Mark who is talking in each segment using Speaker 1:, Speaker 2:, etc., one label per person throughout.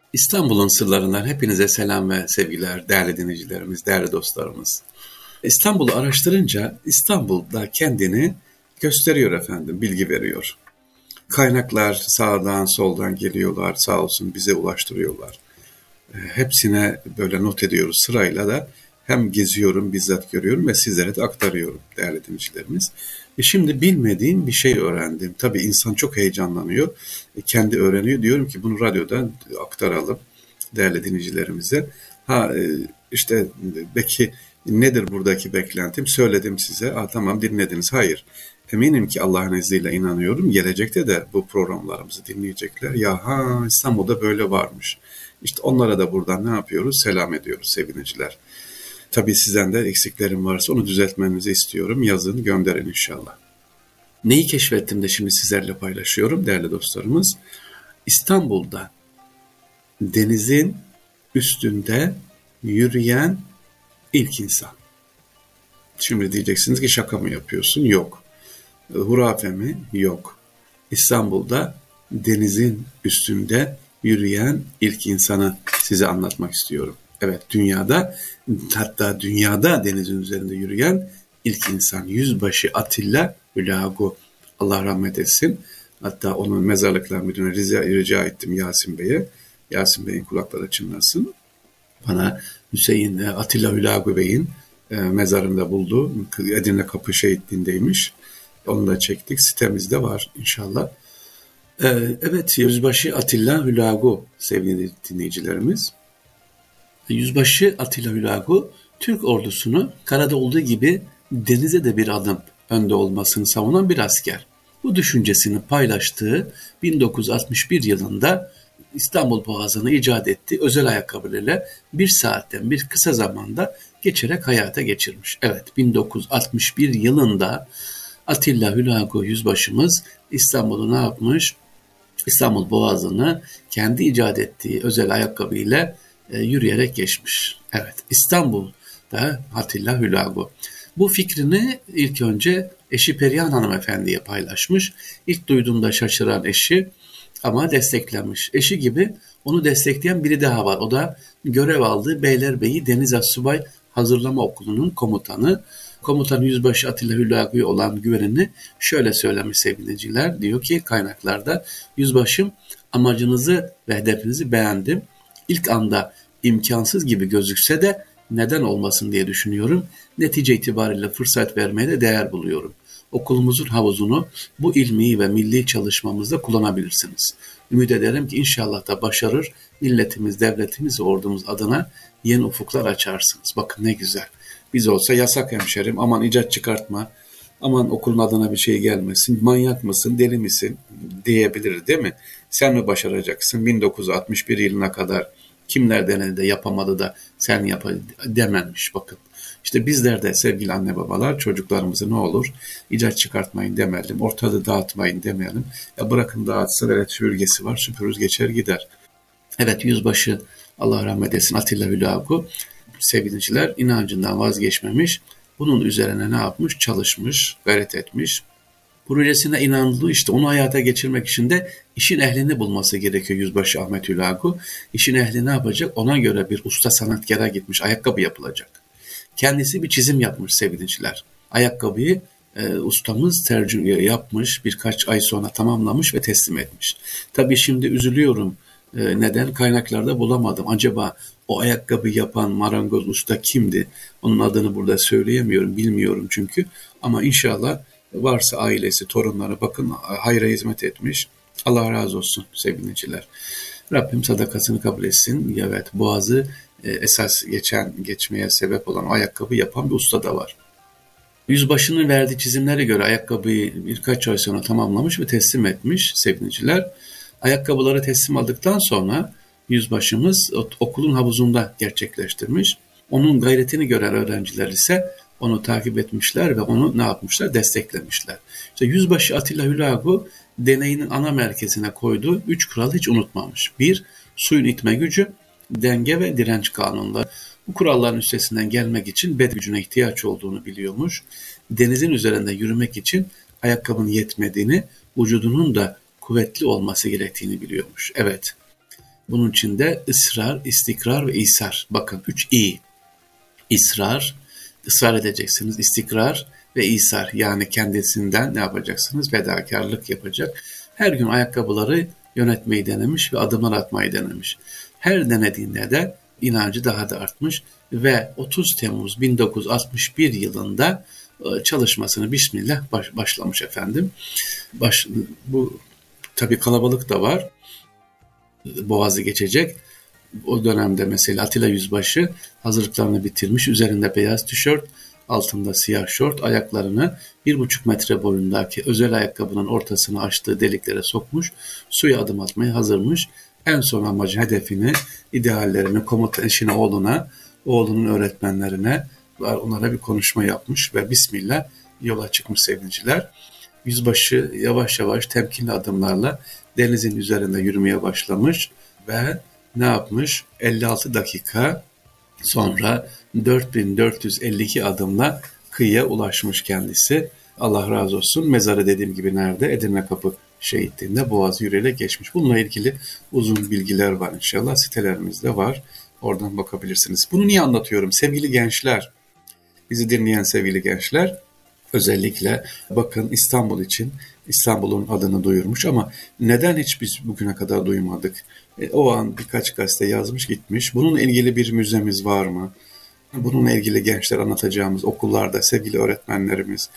Speaker 1: İstanbul'un sırlarından hepinize selam ve sevgiler değerli dinleyicilerimiz, değerli dostlarımız. İstanbul'u araştırınca İstanbul'da kendini gösteriyor efendim, bilgi veriyor. Kaynaklar sağdan soldan geliyorlar, sağ olsun bize ulaştırıyorlar. Hepsine böyle not ediyoruz sırayla da hem geziyorum, bizzat görüyorum ve sizlere de aktarıyorum değerli dinleyicilerimiz. Şimdi bilmediğim bir şey öğrendim. Tabii insan çok heyecanlanıyor. Kendi öğreniyor. Diyorum ki bunu radyodan aktaralım değerli dinleyicilerimize. İşte belki nedir buradaki beklentim? Söyledim size. Tamam dinlediniz. Hayır. Eminim ki Allah'ın izniyle inanıyorum. Gelecekte de bu programlarımızı dinleyecekler. İstanbul'da böyle varmış. İşte onlara da buradan ne yapıyoruz? Selam ediyoruz sevgiliciler. Tabii sizden de eksiklerim varsa onu düzeltmenizi istiyorum. Yazın, gönderin inşallah. Neyi keşfettim de şimdi sizlerle paylaşıyorum değerli dostlarımız. İstanbul'da denizin üstünde yürüyen ilk insan. Şimdi diyeceksiniz ki şaka mı yapıyorsun? Yok. Hurafe mi? Yok. İstanbul'da denizin üstünde yürüyen ilk insanı size anlatmak istiyorum. Evet, hatta dünyada denizin üzerinde yürüyen ilk insan Yüzbaşı Atilla Hülagu. Allah rahmet etsin. Hatta onun mezarlıklar müdürüne rica ettim Yasin Bey'e. Yasin Bey'in kulakları çınlasın. Bana Hüseyin Atilla Hülagu Bey'in mezarında buldu. Edirne Kapı Şehitliği'ndeymiş. Onu da çektik. Sitemizde var inşallah. Evet, Yüzbaşı Atilla Hülagu sevgili dinleyicilerimiz. Yüzbaşı Atilla Hülagu, Türk ordusunu karada olduğu gibi denize de bir adım önde olmasını savunan bir asker. Bu düşüncesini paylaştığı 1961 yılında İstanbul Boğazı'nı icat ettiği özel ayakkabılarıyla bir saatten bir kısa zamanda geçerek hayata geçirmiş. Evet, 1961 yılında Atilla Hülagu yüzbaşımız İstanbul'u ne yapmış? İstanbul Boğazı'nı kendi icat ettiği özel ayakkabıyla yürüyerek geçmiş. Evet, İstanbul'da Atilla Hülagu. Bu fikrini ilk önce eşi Perihan hanımefendiye paylaşmış. İlk duyduğunda şaşıran eşi ama desteklemiş. Eşi gibi onu destekleyen biri daha var. O da görev aldığı Beylerbeyi Deniz Asubay Hazırlama Okulu'nun komutanı. Komutan Yüzbaşı Atilla Hülagu'ya olan güvenini şöyle söylemiş sevgiliciler. Diyor ki kaynaklarda, yüzbaşım amacınızı ve hedefinizi beğendim. İlk anda imkansız gibi gözükse de neden olmasın diye düşünüyorum. Netice itibariyle fırsat vermeye de değer buluyorum. Okulumuzun havuzunu bu ilmi ve milli çalışmamızda kullanabilirsiniz. Ümit ederim ki inşallah da başarır, milletimiz, devletimiz ve ordumuz adına yeni ufuklar açarsınız. Bakın ne güzel. Biz olsa yasak hemşerim, aman icat çıkartma, aman okulun adına bir şey gelmesin, manyak mısın, deli misin diyebilir değil mi? Sen mi başaracaksın? 1961 yılına kadar kimler denedi de yapamadı da sen yap dememiş bakın. İşte bizler de sevgili anne babalar çocuklarımızı ne olur icat çıkartmayın demeyelim, ortalığı dağıtmayın demeyelim. Ya bırakın dağıtsın, evet süpürgesi var, süpürürüz geçer gider. Evet, yüzbaşı Allah rahmet etsin Atilla Hülagu sevgiliciler inancından vazgeçmemiş. Bunun üzerine ne yapmış? Çalışmış, gayret etmiş. Projesine inandığı işte onu hayata geçirmek için de işin ehlini bulması gerekiyor Yüzbaşı Ahmet Hülagu. İşin ehli ne yapacak? Ona göre bir usta sanatkara gitmiş, ayakkabı yapılacak. Kendisi bir çizim yapmış sevgiliciler. Ayakkabıyı ustamız tercüme yapmış, birkaç ay sonra tamamlamış ve teslim etmiş. Tabii şimdi üzülüyorum. Neden? Kaynaklarda bulamadım. Acaba o ayakkabı yapan marangoz usta kimdi? Onun adını burada söyleyemiyorum, bilmiyorum çünkü. Ama inşallah varsa ailesi, torunları bakın hayra hizmet etmiş. Allah razı olsun sevgiliciler. Rabbim sadakasını kabul etsin. Evet, boğazı esas geçmeye sebep olan o ayakkabı yapan bir usta da var. Yüzbaşının verdiği çizimlere göre ayakkabıyı birkaç ay sonra tamamlamış ve teslim etmiş sevgiliciler. Ayakkabıları teslim aldıktan sonra yüzbaşımız okulun havuzunda gerçekleştirmiş. Onun gayretini gören öğrenciler ise onu takip etmişler ve onu ne yapmışlar? Desteklemişler. İşte Yüzbaşı Atilla Hülagu deneyinin ana merkezine koyduğu 3 kuralı hiç unutmamış. 1. Suyun itme gücü, denge ve direnç kanunları. Bu kuralların üstesinden gelmek için beden gücüne ihtiyaç olduğunu biliyormuş. Denizin üzerinde yürümek için ayakkabının yetmediğini, vücudunun da kuvvetli olması gerektiğini biliyormuş. Evet, Bunun içinde ısrar, istikrar ve isar. Bakın 3 İ. İsrar, ısrar edeceksiniz. İstikrar ve isar. Yani kendisinden ne yapacaksınız? Fedakarlık yapacak. Her gün ayakkabıları yönetmeyi denemiş ve adımlar atmayı denemiş. Her denediğinde de inancı daha da artmış ve 30 Temmuz 1961 yılında çalışmasını Bismillah başlamış efendim. Bu tabii kalabalık da var. Boğazı geçecek. O dönemde mesela Atilla Yüzbaşı hazırlıklarını bitirmiş. Üzerinde beyaz tişört, altında siyah şort, ayaklarını 1,5 metre boyundaki özel ayakkabının ortasına açtığı deliklere sokmuş. Suya adım atmaya hazırmış. En son amacı, hedefini, ideallerini komutan eşine, oğluna, oğlunun öğretmenlerine, onlara bir konuşma yapmış ve Bismillah yola çıkmış sevgiliciler. Yüzbaşı yavaş yavaş temkinli adımlarla denizin üzerinde yürümeye başlamış ve ne yapmış? 56 dakika sonra 4452 adımla kıyıya ulaşmış kendisi. Allah razı olsun. Mezarı dediğim gibi nerede? Edirne Kapı Şehitliği'nde Boğazı yürüyerek geçmiş. Bununla ilgili uzun bilgiler var inşallah. Sitelerimizde var. Oradan bakabilirsiniz. Bunu niye anlatıyorum? Sevgili gençler, bizi dinleyen sevgili gençler, özellikle bakın İstanbul için İstanbul'un adını duyurmuş ama neden hiç biz bugüne kadar duymadık? O an birkaç gazete yazmış gitmiş. Bununla ilgili bir müzemiz var mı? Bununla ilgili gençler anlatacağımız okullarda sevgili öğretmenlerimiz,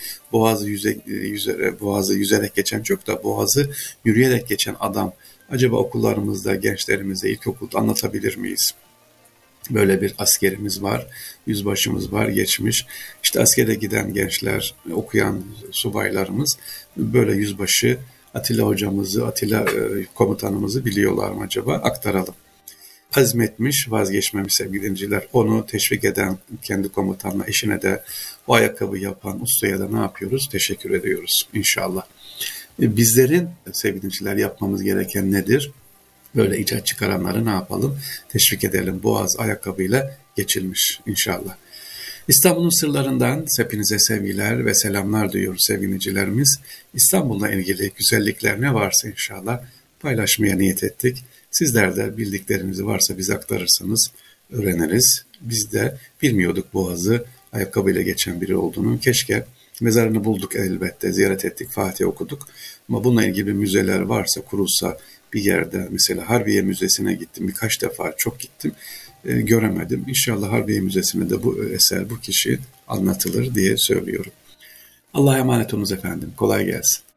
Speaker 1: Boğazı yüzerek geçen çok da Boğazı yürüyerek geçen adam acaba okullarımızda gençlerimize ilkokulda anlatabilir miyiz? Böyle bir askerimiz var, yüzbaşımız var, geçmiş. İşte askere giden gençler, okuyan subaylarımız böyle yüzbaşı Atilla hocamızı, Atilla komutanımızı biliyorlar mı acaba? Aktaralım. Azmetmiş, vazgeçmemiş sevgili dinleyiciler. Onu teşvik eden kendi komutanına, eşine de o ayakkabı yapan ustaya da ne yapıyoruz? Teşekkür ediyoruz inşallah. Bizlerin sevgili dinleyiciler yapmamız gereken nedir? Böyle icat çıkaranları ne yapalım? Teşvik edelim. Boğaz ayakkabıyla geçilmiş inşallah. İstanbul'un sırlarından hepinize sevgiler ve selamlar duyuyoruz sevgilicilerimiz. İstanbul'la ilgili güzellikler ne varsa inşallah paylaşmaya niyet ettik. Sizler de bildiklerinizi varsa bize aktarırsanız öğreniriz. Biz de bilmiyorduk Boğaz'ı ayakkabıyla geçen biri olduğunu. Keşke mezarını bulduk elbette, ziyaret ettik, Fatih okuduk. Ama bununla ilgili müzeler varsa, kurulsa bir yerde, mesela Harbiye Müzesi'ne gittim. Birkaç defa çok gittim. Göremedim. İnşallah Harbiye Müzesi'ne de bu eser, bu kişi anlatılır diye söylüyorum. Allah'a emanet olunuz efendim. Kolay gelsin.